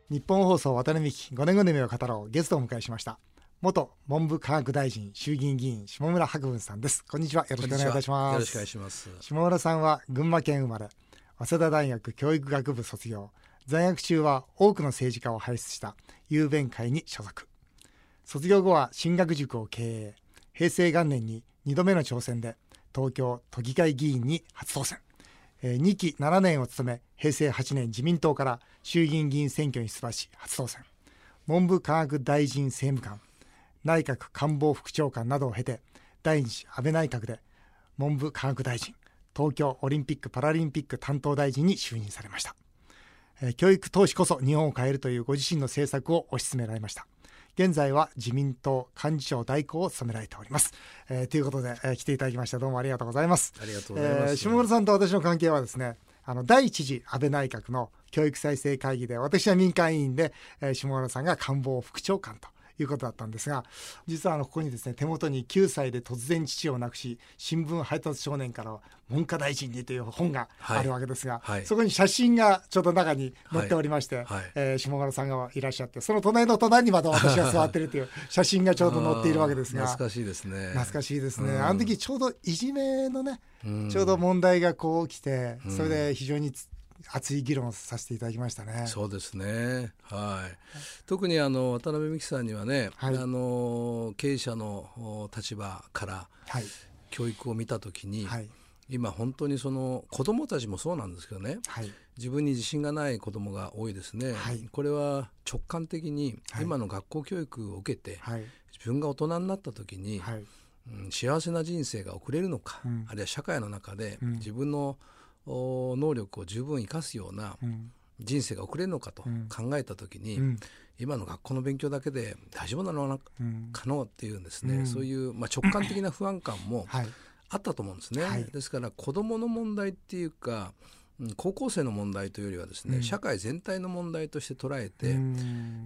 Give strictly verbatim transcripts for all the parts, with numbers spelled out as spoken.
日本放送渡辺美希ごねんごの夢を語ろう。ゲストをお迎えしました。元文部科学大臣衆議院議員下村博文さんです。こんにちは。よろしくお願いいたします。 よろしくお願いします。 下村さんは群馬県生まれ、早稲田大学教育学部卒業。在学中は多くの政治家を輩出した雄弁会に所属。卒業後は進学塾を経営。平成元年ににどめの挑戦で東京都議会議員に初当選。にきななねんを務め、平成はちねん自民党から衆議院議員選挙に出馬し初当選。文部科学大臣政務官、内閣官房副長官などを経て、第二次安倍内閣で文部科学大臣、東京オリンピック・パラリンピック担当大臣に就任されました。教育投資こそ日本を変えるというご自身の政策を推し進められました。現在は自民党幹事長代行を務められております。えー、ということで、えー、来ていただきました。どうもありがとうございます。 ありがとうございます。 えー、下村さんと私の関係はですね、あの第一次安倍内閣の教育再生会議で、私は民間委員で、えー、下村さんが官房副長官ということだったんですが、実はあのここにですね、手元にきゅうさいで突然父を亡くし、新聞配達少年から文科大臣にという本があるわけですが、はいはい、そこに写真がちょうど中に載っておりまして、はいはい、えー、下村さんがいらっしゃって、その隣の隣にまた私が座っているという写真がちょうど載っているわけですが、 懐かしいですね。 懐かしいですね、うん、あの時ちょうどいじめのね、うん、ちょうど問題がこう起きて、それで非常に熱い議論をさせていただきましたね。 そうですね、はい、特にあの渡辺美樹さんにはね、はい、あの経営者の立場から教育を見たときに、はい、今本当にその子どもたちもそうなんですけどね、はい、自分に自信がない子どもが多いですね、はい、これは直感的に今の学校教育を受けて、はい、自分が大人になったときに、はい、うん、幸せな人生が送れるのか、うん、あるいは社会の中で自分の能力を十分生かすような人生が送れるのかと考えたときに、うん、今の学校の勉強だけで大丈夫なのかのっていうんですね、うん、そういう、まあ、直感的な不安感もあったと思うんですね、はい、ですから子どもの問題っていうか、高校生の問題というよりはですね、うん、社会全体の問題として捉えて、うん、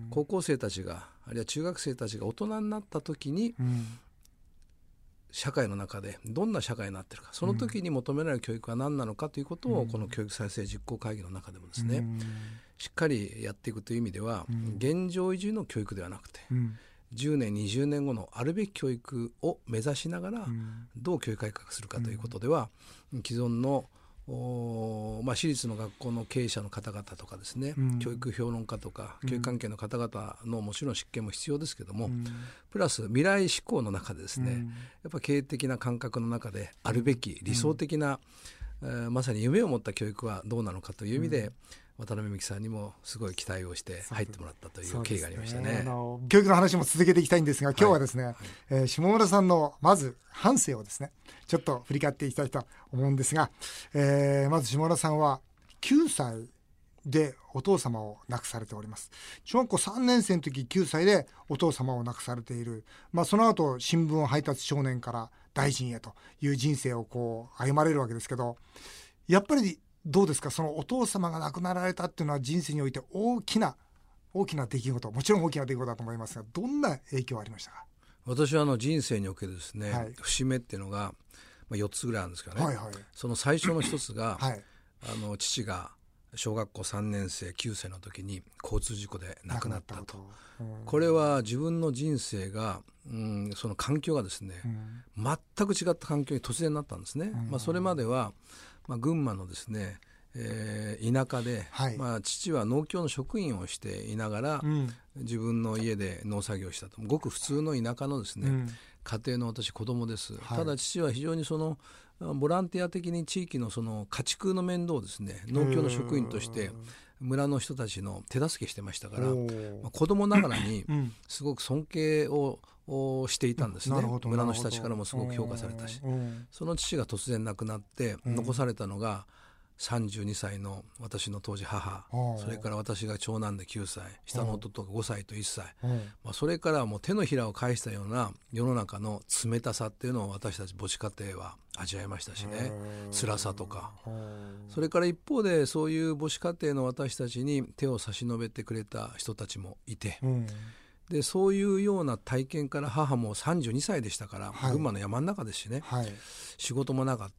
高校生たちがあるいは中学生たちが大人になったときに、うん、社会の中でどんな社会になっているか、その時に求められる教育は何なのかということを、うん、この教育再生実行会議の中でもですね、うん、しっかりやっていくという意味では、うん、現状維持の教育ではなくて、うん、じゅうねんにじゅうねんごのあるべき教育を目指しながら、うん、どう教育改革するかということでは、うん、既存のまあ、私立の学校の経営者の方々とかですね、うん、教育評論家とか、うん、教育関係の方々のもちろん執権も必要ですけども、うん、プラス未来志向の中でですね、うん、やっぱ経営的な感覚の中であるべき理想的な、うん、えー、まさに夢を持った教育はどうなのかという意味で、うん、渡辺美樹さんにもすごい期待をして入ってもらったという経緯がありました ね, ねあの教育の話も続けていきたいんですが、今日はですね、はいはい、えー、下村さんのまず半生をですねちょっと振り返っていきたいと思うんですが、えー、まず下村さんはきゅうさいでお父様を亡くされております。小学校さんねん生の時きゅうさいでお父様を亡くされている、まあ、その後新聞配達少年から大臣へという人生をこう歩まれるわけですけど、やっぱりどうですか、そのお父様が亡くなられたっていうのは人生において大きな大きな出来事、もちろん大きな出来事だと思いますが、どんな影響ありましたか？ 私はあの人生におけるですね、はい、節目っていうのがまあよっつぐらいあるんですけどね、はいはい、その最初の一つが、はい、あの父が小学校さんねん生きゅうさいの時に交通事故で亡くなったと。これは自分の人生が、うん、その環境がですね、うん、全く違った環境に突然なったんですね、うん、まあ、それまでは、まあ、群馬のですね、えー、田舎で、はい、まあ、父は農協の職員をしていながら、うん、自分の家で農作業をしたと、ごく普通の田舎のですね、うん、家庭の私子供です、はい、ただ父は非常にそのボランティア的に地域のその家畜の面倒をですね、農協の職員として村の人たちの手助けしてましたから、まあ、子供ながらにすごく尊敬をしていたんですね、うん、村の人たちからもすごく評価されたし、その父が突然亡くなって残されたのがさんじゅうにさいの私の当時母、それから私が長男できゅうさい、下の弟がごさいといっさい、まあ、それからもう手のひらを返したような世の中の冷たさっていうのを私たち母子家庭は味わいましたしね、辛さとか。それから一方でそういう母子家庭の私たちに手を差し伸べてくれた人たちもいて、でそういうような体験から母もさんじゅうにさいでしたから、はい、群馬の山の中ですしね、はい、仕事もなかった。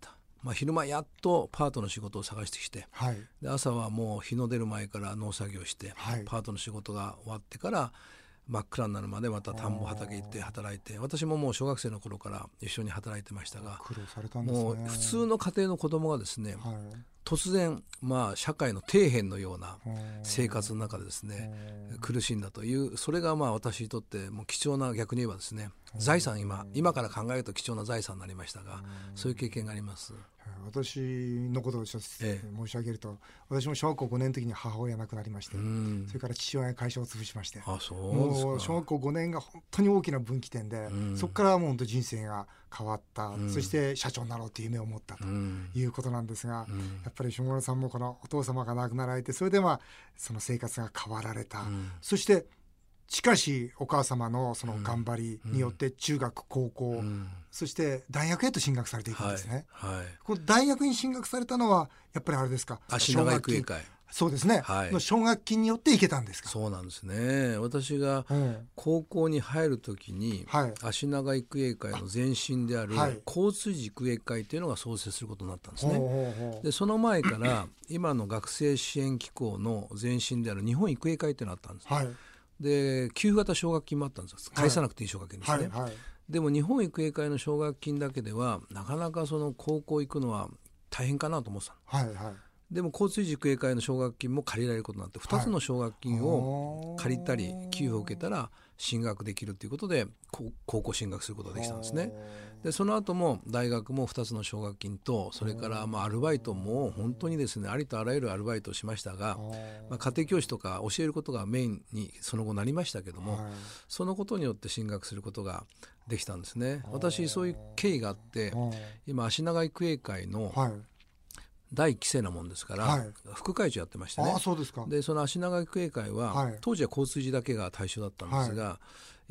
まあ、昼間やっとパートの仕事を探してきて、 はい、 で朝はもう日の出る前から農作業して、はい、パートの仕事が終わってから真っ暗になるまでまた田んぼ畑行って働いて、私ももう小学生の頃から一緒に働いてましたが、 苦労されたんですね。 もう普通の家庭の子供がですね、 はい、 突然、まあ、社会の底辺のような生活の中でですね苦しんだという、それがまあ私にとってもう貴重な、逆に言えばですね財産、今今から考えると貴重な財産になりましたが、そういう経験があります。 私のことを申し上げると、ええ、私も小学校ごねんの時に母親亡くなりまして、それから父親が会社を潰しまして、 あ、そうですか。 もう小学校ごねんが本当に大きな分岐点で、そこからもう本当人生が変わった、そして社長になろうという夢を持ったということなんですが、やっぱり下村さんもこのお父様が亡くなられて、それでまあその生活が変わられた、そしてしかしお母様のその頑張りによって中学、高校、うん、そして大学へと進学されていくんですね、はいはい、この大学に進学されたのはやっぱりあれですか、 足長育英会、 そうですね、はい、の奨学金によって行けたんですか。 そうなんですね。私が高校に入るときに、はい、足長育英会の前身である交通時育英会というのが創設することになったんですね、はい、でその前から今の学生支援機構の前身である日本育英会というのがあったんです、はい、で給付型奨学金もあったんですよ。返さなくていい奨学金ですね、はいはいはい、でも日本育英会の奨学金だけではなかなかその高校行くのは大変かなと思ってた、はいはい、でも交通時育英会の奨学金も借りられることになって、ふたつの奨学金を借りたり給付を受けたら進学できるということで高校進学することができたんですね。でその後も大学もふたつの奨学金と、それからまあアルバイトも本当にですねありとあらゆるアルバイトをしましたが、まあ、家庭教師とか教えることがメインにその後なりましたけども、そのことによって進学することができたんですね。私そういう経緯があって、今足長育英会の第一期生なもんですから、はい、副会長やってましてね。 あ、そうですか。 でその足長育英会は、はい、当時は交通時だけが対象だったんですが、はい、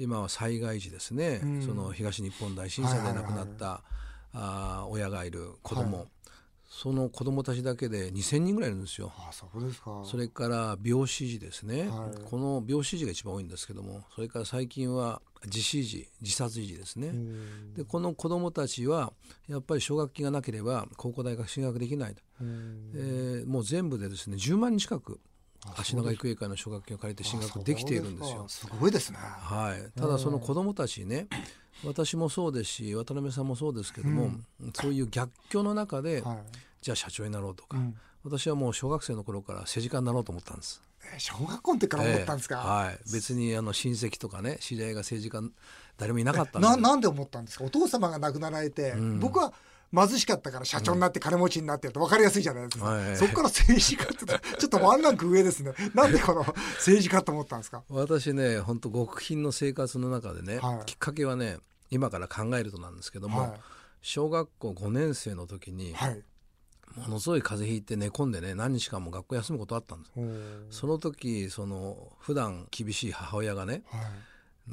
今は災害時ですね、うん、その東日本大震災で亡くなった、はいはいはい、あ親がいる子供、はい、その子供たちだけでにせんにんぐらいいるんですよ。 あ、そうですか。 それから病死児ですね、はい、この病死児が一番多いんですけども、それから最近は自死児、自殺児ですね。でこの子どもたちはやっぱり奨学金がなければ高校大学進学できないと、えー、もう全部でですねじゅうまんにん近く足長育英会の奨学金を借りて進学できているんですよ。 すごいですね、 はい、ただその子どもたちね、私もそうですし渡辺さんもそうですけども、うん、そういう逆境の中で、はい、じゃあ社長になろうとか、うん、私はもう小学生の頃から政治家になろうと思ったんです。 小学校の時から思ったんですか。 えーはい、別にあの親戚とかね知り合いが政治家誰もいなかったんで。な, なんで思ったんですか。お父様が亡くなられて、うん、僕は貧しかったから社長になって金持ちになってると分かりやすいじゃないですか、うんはい、そこから政治家ってちょっとワンランク上ですね。なんでこの政治家と思ったんですか。 私ね本当極貧の生活の中でね、はい、きっかけはね今から考えるとなんですけども、はい、小学校ごねん生の時に、はい、ものすごい風邪ひいて寝込んでね何日間も学校休むことあったんです。その時その普段厳しい母親がね、はい、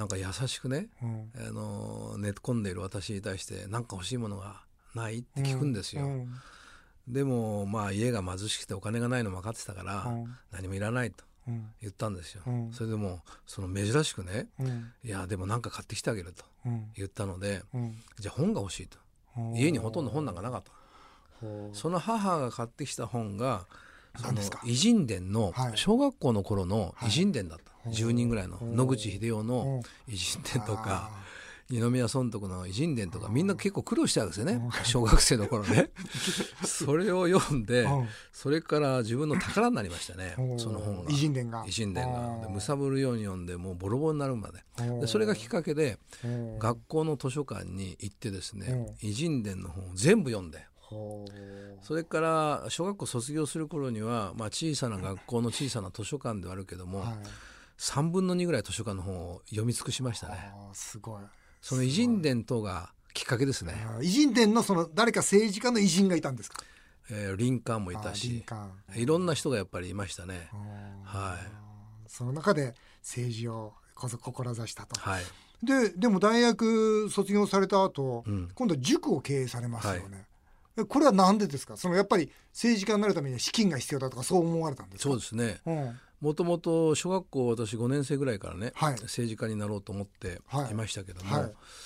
なんか優しくね、うん、あの寝込んでいる私に対して何か欲しいものがないって聞くんですよ、うんうん、でもまあ家が貧しくてお金がないの分かってたから、うん、何もいらないと言ったんですよ、うん、それでもその珍しくね、うん、いやでも何か買ってきてあげると言ったので、うん、じゃあ本が欲しいと、家にほとんど本なんかなかった。その母が買ってきた本がその偉人伝の小学校の頃の偉人伝だった、はい、じゅうにんぐらいの野口英世の偉人伝とか二宮尊徳の偉人伝とかみんな結構苦労したわけですよね小学生の頃ねそれを読んでそれから自分の宝になりましたねその本が。 偉人伝が偉人伝がむさぶるように読んでもうボロボロになるまで、でそれがきっかけで学校の図書館に行ってですね偉人伝の本を全部読んで、それから小学校卒業する頃には、まあ、小さな学校の小さな図書館ではあるけども、はい、さんぶんのにぐらい図書館の本を読み尽くしましたね。 あ、すごい。 その偉人伝等がきっかけですね。 偉人伝のその誰か政治家の偉人がいたんですか。 えー、リンカーンもいたしいろんな人がやっぱりいましたね、はい、 その中で政治をこそ志したと、はい、で, でも大学卒業された後、うん、今度は塾を経営されますよね、はい、これはなんでですか。そのやっぱり政治家になるためには資金が必要だとかそう思われたんですか。 そうですね、もともと小学校私ごねん生ぐらいからね、はい、政治家になろうと思っていましたけども、はいはい、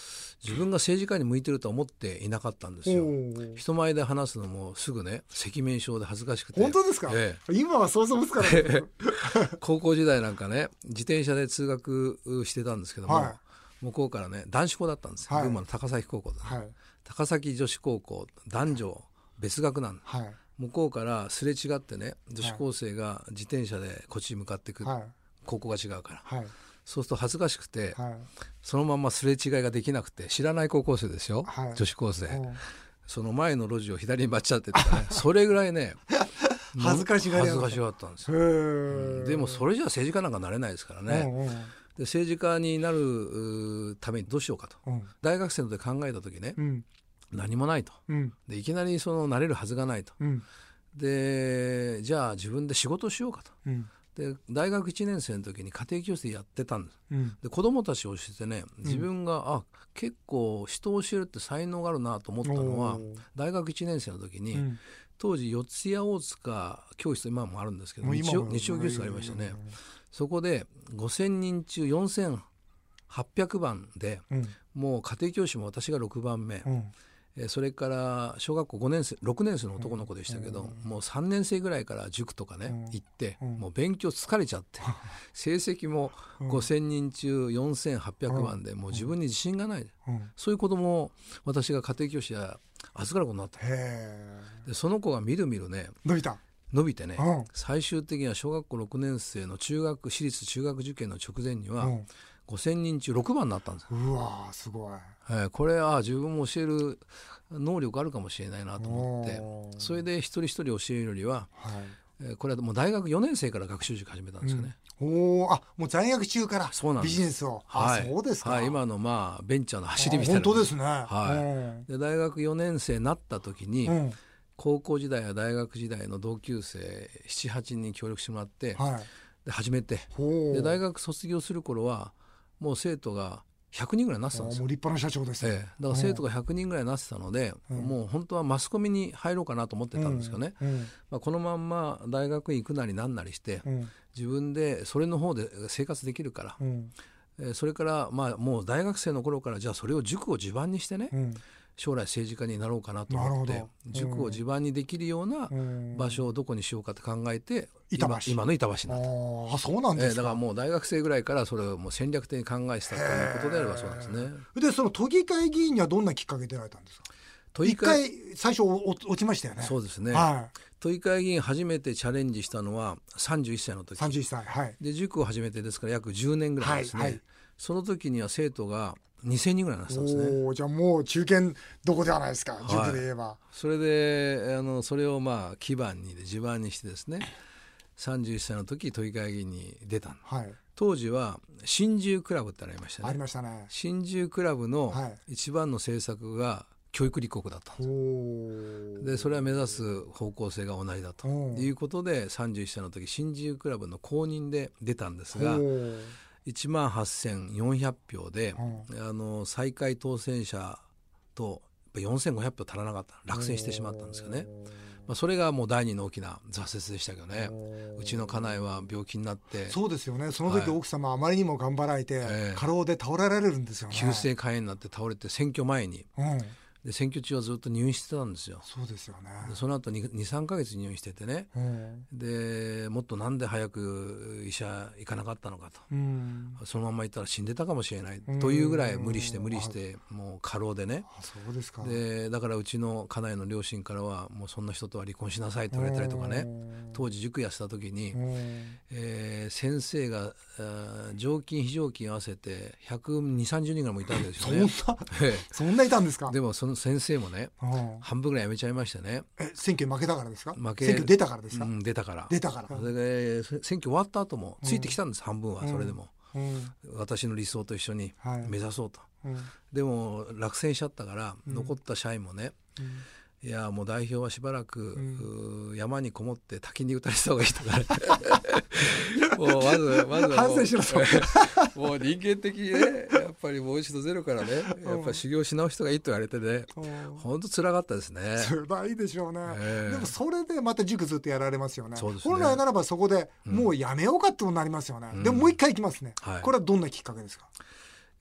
自分が政治家に向いてるとは思っていなかったんですよ。人前で話すのもすぐね赤面症で恥ずかしくて。 本当ですか、ええ、今は想像もつかない高校時代なんかね自転車で通学してたんですけども、はい、向こうからね男子校だったんですよ、はい、群馬の高崎高校だ、ねはい、高崎女子高校男女別学なんだ、はい、向こうからすれ違ってね女子高生が自転車でこっちに向かってくる、はい、高校が違うから、はい、そうすると恥ずかしくて、はい、そのまますれ違いができなくて知らない高校生ですよ、はい、女子高生、その前の路地を左にバッチャって言ってねそれぐらいね恥ずかしがり恥ずかしがったんですよ、うん、でもそれじゃ政治家なんかなれないですからね、うんうん、で政治家になるためにどうしようかと、うん、大学生の時考えた時ね、うん、何もないと、うん、でいきなりそのなれるはずがないと、うん、でじゃあ自分で仕事をしようかと、うん、で大学いちねん生の時に家庭教師でやってたんです、うん、で子供たちを教えてね自分が、うん、あ結構人を教えるって才能があるなと思ったのは大学いちねん生の時に、うん、当時四谷大塚教室今もあるんですけど日曜、日曜教室がありましたね、うん、そこでごせんにん中よんせんはっぴゃくばんで、うん、もう家庭教師も私がろくばんめ、うんそれから小学校ごねん生ろくねん生の男の子でしたけど、うん、もうさんねん生ぐらいから塾とかね、うん、行って、うん、もう勉強疲れちゃって成績もごせんにん中よんせんはっぴゃくばんでもう自分に自信がない、うん、そういう子供を私が家庭教師や預かることになった。でその子がみるみるね伸びた伸びてね、うん、最終的には小学校ろくねん生の中学私立中学受験の直前には、うんごせんにん中ろくばんになったんです。 うわすごい、 えー、これは自分も教える能力あるかもしれないなと思ってそれで一人一人教えるよりは、はいえー、これはもう大学よねん生から学習塾始めたんですよね、 うん、おあもう在学中からビジネスをはい、 そうですか、 はい、今のまあベンチャーの走りみたいな本当ですね、 はい、で大学よねん生になった時に、うん、高校時代や大学時代の同級生 ななはち 人に協力してもらって、はい、で始めてで大学卒業する頃はもう生徒がひゃくにんぐらいなってたんですよ。 もう立派な社長です、 ええ、だから生徒がひゃくにんぐらいなってたので、うん、もう本当はマスコミに入ろうかなと思ってたんですよね、うんうんまあ、このまんま大学院行くなりなんなりして、うん、自分でそれの方で生活できるから、うんえー、それからまあもう大学生の頃からじゃあそれを塾を地盤にしてね、うん将来政治家になろうかなと思って、うん、塾を地盤にできるような場所をどこにしようかって考えて、うん、今, 今の板橋になった。 あそうなんですか、 えー、だからもう大学生ぐらいからそれをもう戦略的に考えてたということであればそうなんですね。 でその都議会議員にはどんなきっかけで出られたんですか。都議会一回最初落ちましたよね。 そうですね、はい、都議会議員初めてチャレンジしたのはさんじゅういっさいの時さんじゅういっさい、はい、 で塾を始めてですから約じゅうねんぐらいですね、はいはい、その時には生徒がにせんにんぐらいになってたんですね。 おじゃあもう中堅どこではないですか、はい、塾で言えば。 それであのそれをまあ基盤に地盤にしてですねさんじゅういっさいの時都議会議員に出たの、はい、当時は新自由クラブってありましたね。 ありましたね。 新自由クラブの一番の政策が教育立国だったんです。でそれは目指す方向性が同じだということでさんじゅういっさいの時新自由クラブの公認で出たんですがいちまんはっせんよんひゃくひょうで、うん、あの再開当選者とよんせんごひゃくひょう足らなかった落選してしまったんですよね。まあ、それがもう第二の大きな挫折でしたけどね。うちの家内は病気になって。 そうですよね。その時奥様はあまりにも頑張られて、はい、過労で倒れられるんですよね。 急性肝炎になって倒れて選挙前に、うんで選挙中はずっと入院してたんですよ。 そうですよね。 でその後 にさんかげつ入院しててね、うん、でもっとなんで早く医者行かなかったのかと、うん、そのまま行ったら死んでたかもしれない、うん、というぐらい無理して無理してもう過労でね。 あそうですか。 でだからうちの家内の両親からはもうそんな人とは離婚しなさいと言われたりとかね、当時塾やってた時に、えー、先生が常勤非常勤合わせてひゃくにじゅう、さんじゅうにんぐらいもいたわけですよね。 そんなそんないたんですか。 でもその先生もね、うん、半分ぐらい辞めちゃいましてね。 え選挙負けたからですか。負け選挙出たからですか、 うん、出たから出たからそれで選挙終わった後もついてきたんです、うん、半分はそれでも、うんうん、私の理想と一緒に目指そうと、はいうん、でも落選しちゃったから、うん、残った社員もね、うん、いやもう代表はしばらく、うん、山にこもって滝に打たれた方がいいとかもうまずまず反省しろともう人間的にねやっぱりもう一度ゼロからねやっぱり修行し直す人がいいと言われてね本当辛かったですね。 辛いでしょうね、えー、でもそれでまた塾ずっとやられますよね。 そうですね。 本来ならばそこでもうやめようかってことになりますよね、うん、でももう一回行きますね、はい、これはどんなきっかけですか。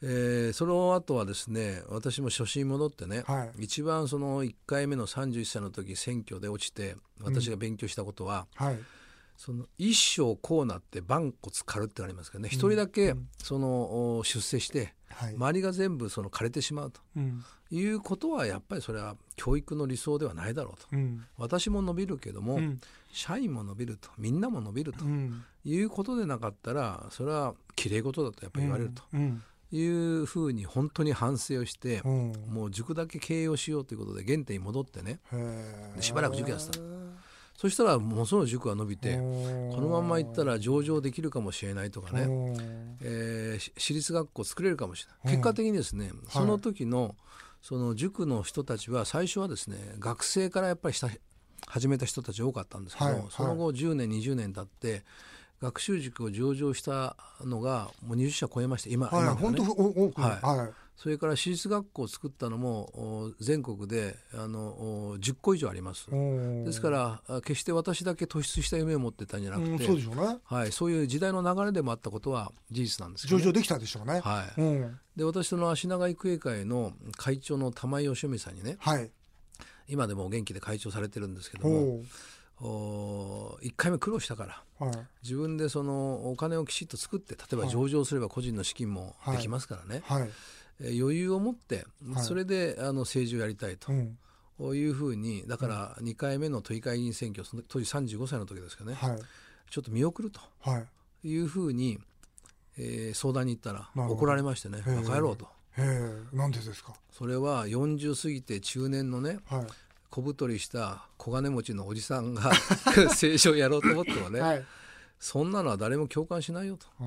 えー、その後はですね、私も初心に戻ってね、はい、一番そのいっかいめのさんじゅういっさいの時選挙で落ちて私が勉強したことは、うんはい、その一生こうなって万骨枯るってありますけどね、一、うん、人だけその出世して、はい、周りが全部その枯れてしまうと、うん、いうことはやっぱりそれは教育の理想ではないだろうと、うん、私も伸びるけども、うん、社員も伸びると、みんなも伸びると、うん、いうことでなかったらそれはきれい事だとやっぱり言われると、うんうんいうふうに本当に反省をして、うん、もう塾だけ経営をしようということで原点に戻ってね、でしばらく塾やってた。そしたらもうその塾が伸びて、このままいったら上場できるかもしれないとかね、えー、私立学校作れるかもしれない。結果的にですね、その時のその塾の人たちは最初はですね、学生からやっぱりした始めた人たち多かったんですけど、はいはい、その後じゅうねんにじゅうねん経って学習塾を上場したのがもうにじゅっしゃ超えまして、今、 はい、今、ね、本当多く、 はいはい、それから私立学校を作ったのも全国であのじゅっこ以上あります。ですから決して私だけ突出した夢を持ってたんじゃなくて、うん、そうでしょうね、はい、そういう時代の流れでもあったことは事実なんですけど、ね、 上場できたでしょうね、 はいうん、で私その足長育英会の会長の玉井義臣さんにね、はい、今でもお元気で会長されてるんですけども、いっかいめ苦労したから、はい、自分でそのお金をきちっと作って、例えば上場すれば個人の資金もできますからね、はいはい、えー、余裕を持って、はい、それであの政治をやりたいと、うん、いうふうに、だからにかいめの都議会議員選挙、その当時さんじゅうごさいの時ですかね、はい、ちょっと見送ると、はい、いうふうに、えー、相談に行ったら怒られましてね、バカ野郎と。 へー、なんでですか。 それはよんじゅう過ぎて中年のね、はい、小太りした小金持ちのおじさんが政治をやろうと思ってもね、はい、そんなのは誰も共感しないよと、うん、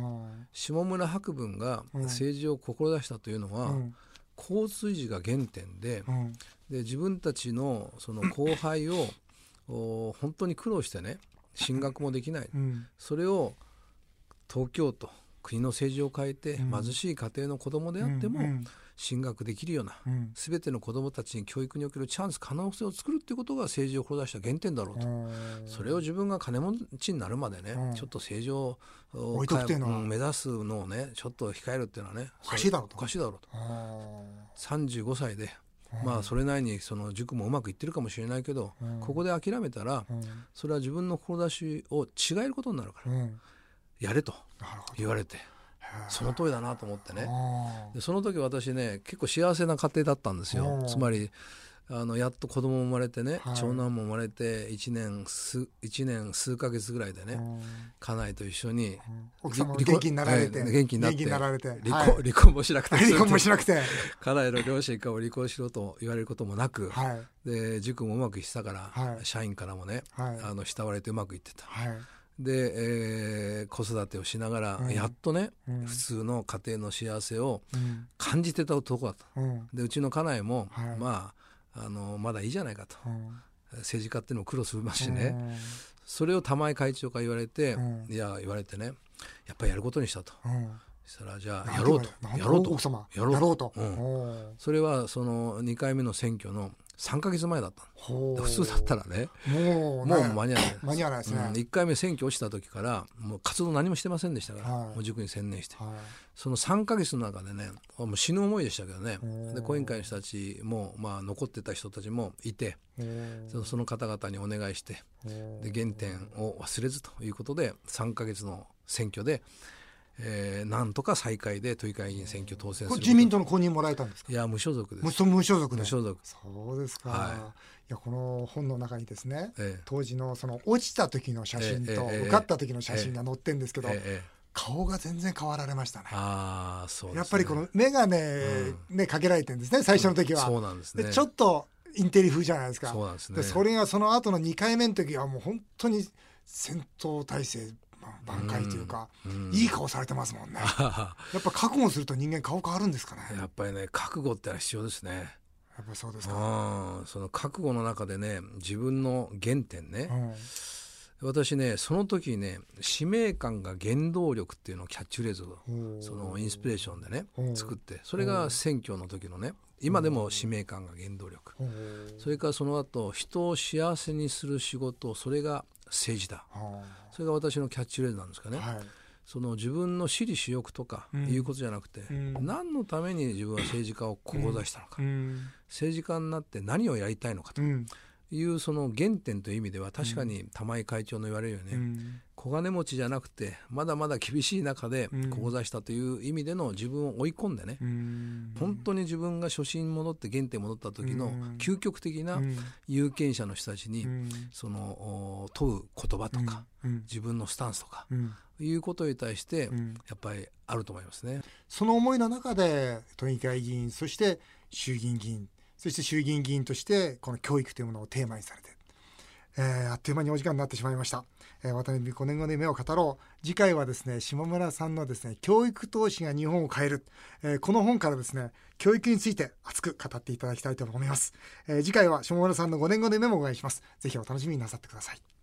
下村博文が政治を志したというのは、うん、交通維持が原点 で,、うん、で自分たち の, その後輩を本当に苦労してね、進学もできない、うん、それを東京都国の政治を変えて、うん、貧しい家庭の子供であっても、うんうん進学できるような、うん、全ての子どもたちに教育におけるチャンス可能性を作るということが政治を志した原点だろうと。それを自分が金持ちになるまでね、うん、ちょっと政治を置いとくっていうのは、 うん、目指すのをねちょっと控えるっていうのはね、 おかしいだろうとおかしいだろうと。さんじゅうごさいで、まあそれなりにその塾もうまくいってるかもしれないけど、うん、ここで諦めたら、うん、それは自分の志を違えることになるから、うん、やれと言われて、その通りだなと思ってね。でその時私ね、結構幸せな家庭だったんですよ。つまりあのやっと子供も生まれてね、はい、長男も生まれていちねん数数ヶ月ぐらいでね、家内と一緒に奥様も元気になられて、 はい、元気になって元気になられて、 離婚、はい、離婚もしなくて離婚もしなくて家内の両親から離婚しろと言われることもなく、はい、で塾もうまくいってたから、はい、社員からもね、はい、あの慕われてうまくいってた、はいで、えー、子育てをしながら、うん、やっとね、うん、普通の家庭の幸せを感じてた男だと、うん、でうちの家内も、はい、まあ、あのまだいいじゃないかと、うん、政治家っていうのも苦労するますしね、うん、それを玉井会長から言われて、うん、いや言われてね、やっぱりやることにしたと、うん、そしたらじゃあやろうとやろうと奥様やろうと、 うん、それはそのにかいめの選挙のさんかげつまえだった。普通だったらね、もう、ね、もう間に合わない間に合わないですね、 うん、いっかいめ選挙落ちた時からもう活動何もしてませんでしたから、はい、もう塾に専念して、はい、そのさんかげつの中でね、もう死ぬ思いでしたけどね。で講演会の人たちも、まあ、残ってた人たちもいて、その方々にお願いしてで原点を忘れずということでさんかげつの選挙でえー、なんとか再開で都議会議員選挙当選する。 自民党の公認もらえたんですか。 いや無所属です。 無所属で。 無所属。 そうですか、はい、いやこの本の中にですね、ええ、当時のその落ちた時の写真と、ええ、受かった時の写真が載ってるんですけど、ええ、顔が全然変わられましたね。 あ、そうですね、 やっぱりこの眼鏡、うんね、かけられてるんですね最初の時は、 うん、そうなんですね。 でちょっとインテリ風じゃないですか。 そうなんですね。 でそれがその後のにかいめの時はもう本当に戦闘態勢挽回というか、うんうん、いい顔されてますもんね。やっぱ覚悟すると人間顔変わるんですかね。 やっぱりね、覚悟って必要ですね。 やっぱりそうですか。 うん、その覚悟の中でね、自分の原点ね、うん、私ねその時にね、使命感が原動力っていうのをキャッチフレーズをそのインスピレーションでね作って、それが選挙の時のね、今でも使命感が原動力、それからその後人を幸せにする仕事、それが政治だ、それが私のキャッチフレーズなんですかね、はい、 その自分の私利私欲とかいうことじゃなくて、うん、何のために自分は政治家を志したのか、うん、政治家になって何をやりたいのかというその原点という意味では確かに玉井会長の言われるように、ね、うん、小金持ちじゃなくてまだまだ厳しい中で志したという意味での自分を追い込んでね、うん、本当に自分が初心に戻って原点に戻った時の究極的な有権者の人たちにその問う言葉とか、うん、自分のスタンスとか、うん、いうことに対してやっぱりあると思いますね。 その思いの中で都議会議員、そして衆議院議員、そして衆議院議員としてこの教育というものをテーマにされて、えー、あっという間にお時間になってしまいました。えー、渡辺美ごねんごの夢を語ろう。次回はですね、下村さんのですね、教育投資が日本を変える、えー、この本からですね、教育について熱く語っていただきたいと思います。えー、次回は下村さんのごねんごの夢もお願いします。ぜひお楽しみになさってください。